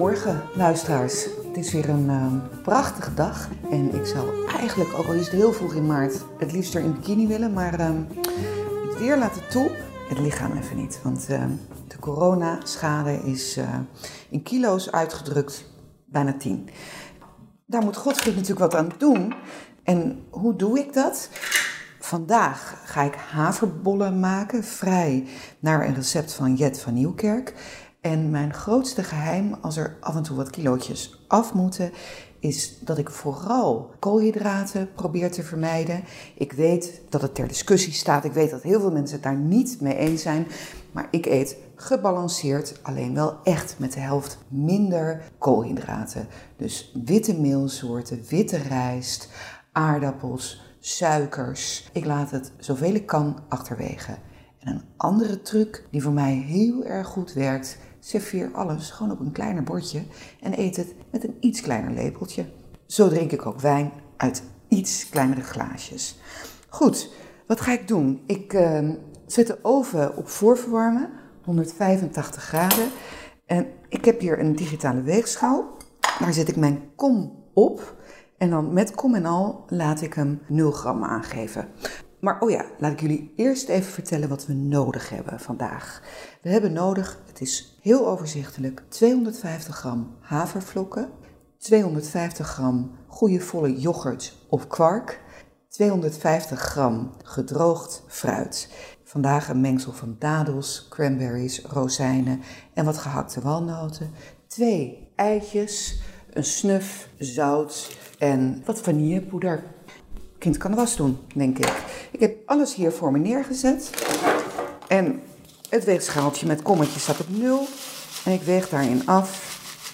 Goedemorgen luisteraars. Het is weer een prachtige dag en ik zou eigenlijk, ook al is het heel vroeg in maart, het liefst er in bikini willen, maar het weer laat het toe. Het lichaam even niet, want de coronaschade is in kilo's uitgedrukt bijna 10. Daar moet Godfried natuurlijk wat aan doen. En hoe doe ik dat? Vandaag ga ik haverbollen maken, vrij naar een recept van Jet van Nieuwkerk. En mijn grootste geheim, als er af en toe wat kilootjes af moeten, is dat ik vooral koolhydraten probeer te vermijden. Ik weet dat het ter discussie staat. Ik weet dat heel veel mensen het daar niet mee eens zijn. Maar ik eet gebalanceerd, alleen wel echt met de helft minder koolhydraten. Dus witte meelsoorten, witte rijst, aardappels, suikers. Ik laat het zoveel ik kan achterwege. En een andere truc die voor mij heel erg goed werkt: serveer alles gewoon op een kleiner bordje en eet het met een iets kleiner lepeltje. Zo drink ik ook wijn uit iets kleinere glaasjes. Goed, wat ga ik doen? Ik zet de oven op voorverwarmen, 185 graden. En ik heb hier een digitale weegschaal. Daar zet ik mijn kom op. En dan met kom en al laat ik hem 0 gram aangeven. Maar oh ja, laat ik jullie eerst even vertellen wat we nodig hebben vandaag. We hebben nodig, het is heel overzichtelijk, 250 gram havervlokken, 250 gram goede volle yoghurt of kwark, 250 gram gedroogd fruit. Vandaag een mengsel van dadels, cranberries, rozijnen en wat gehakte walnoten, 2 eitjes, een snuf, zout en wat vanillepoeder. Kind kan de was doen, denk ik. Ik heb alles hier voor me neergezet. En het weegschaaltje met kommetjes staat op 0. En ik weeg daarin af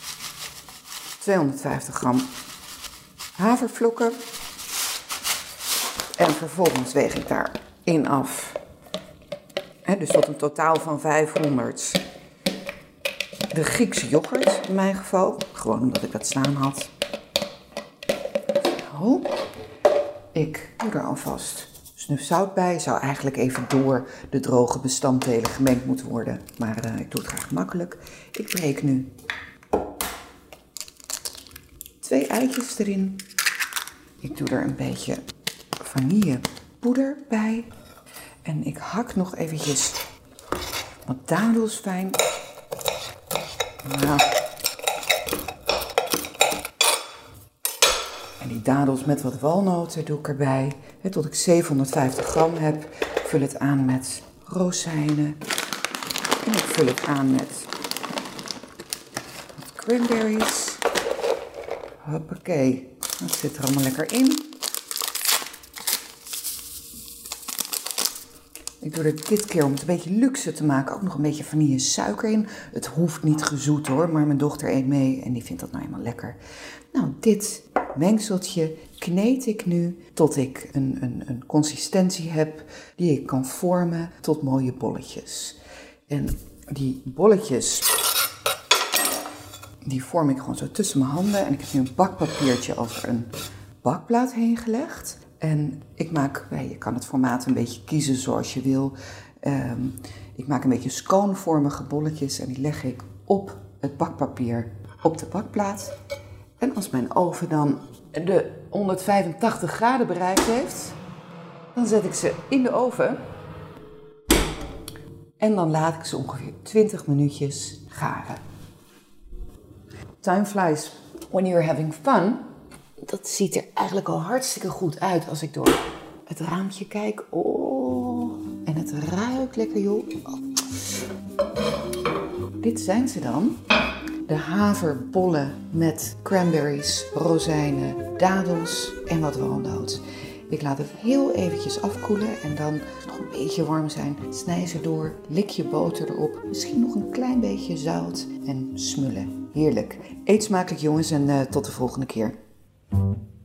250 gram havervlokken. En vervolgens weeg ik daarin af, dus tot een totaal van 500. De Griekse yoghurt in mijn geval. Gewoon omdat ik dat staan had. Zo. Ik doe er alvast snuf zout bij. Zou eigenlijk even door de droge bestanddelen gemengd moeten worden. Maar ik doe het graag makkelijk. Ik breek nu 2 eitjes erin. Ik doe er een beetje vanillepoeder bij. En ik hak nog eventjes wat dadels fijn. Nou. En die dadels met wat walnoten doe ik erbij. Tot ik 750 gram heb. Ik vul het aan met rozijnen. En ik vul het aan met wat cranberries. Hoppakee. Dat zit er allemaal lekker in. Ik doe er dit keer, om het een beetje luxe te maken, ook nog een beetje vanille suiker in. Het hoeft niet gezoet hoor, maar mijn dochter eet mee en die vindt dat nou eenmaal lekker. Nou, dit mengseltje kneed ik nu tot ik een consistentie heb die ik kan vormen tot mooie bolletjes. En die bolletjes, die vorm ik gewoon zo tussen mijn handen. En ik heb nu een bakpapiertje over een bakplaat heen gelegd. En ik maak, je kan het formaat een beetje kiezen zoals je wil. Ik maak een beetje sconevormige bolletjes en die leg ik op het bakpapier op de bakplaat. En als mijn oven dan de 185 graden bereikt heeft, dan zet ik ze in de oven. En dan laat ik ze ongeveer 20 minuutjes garen. Time flies when you're having fun. Dat ziet er eigenlijk al hartstikke goed uit als ik door het raampje kijk. Oh, en het ruikt lekker joh. Oh. Dit zijn ze dan. De haverbollen met cranberries, rozijnen, dadels en wat walnoot. Ik laat het heel eventjes afkoelen en dan, als het nog een beetje warm zijn, snij ze door, lik je boter erop, misschien nog een klein beetje zout en smullen. Heerlijk. Eet smakelijk jongens en tot de volgende keer.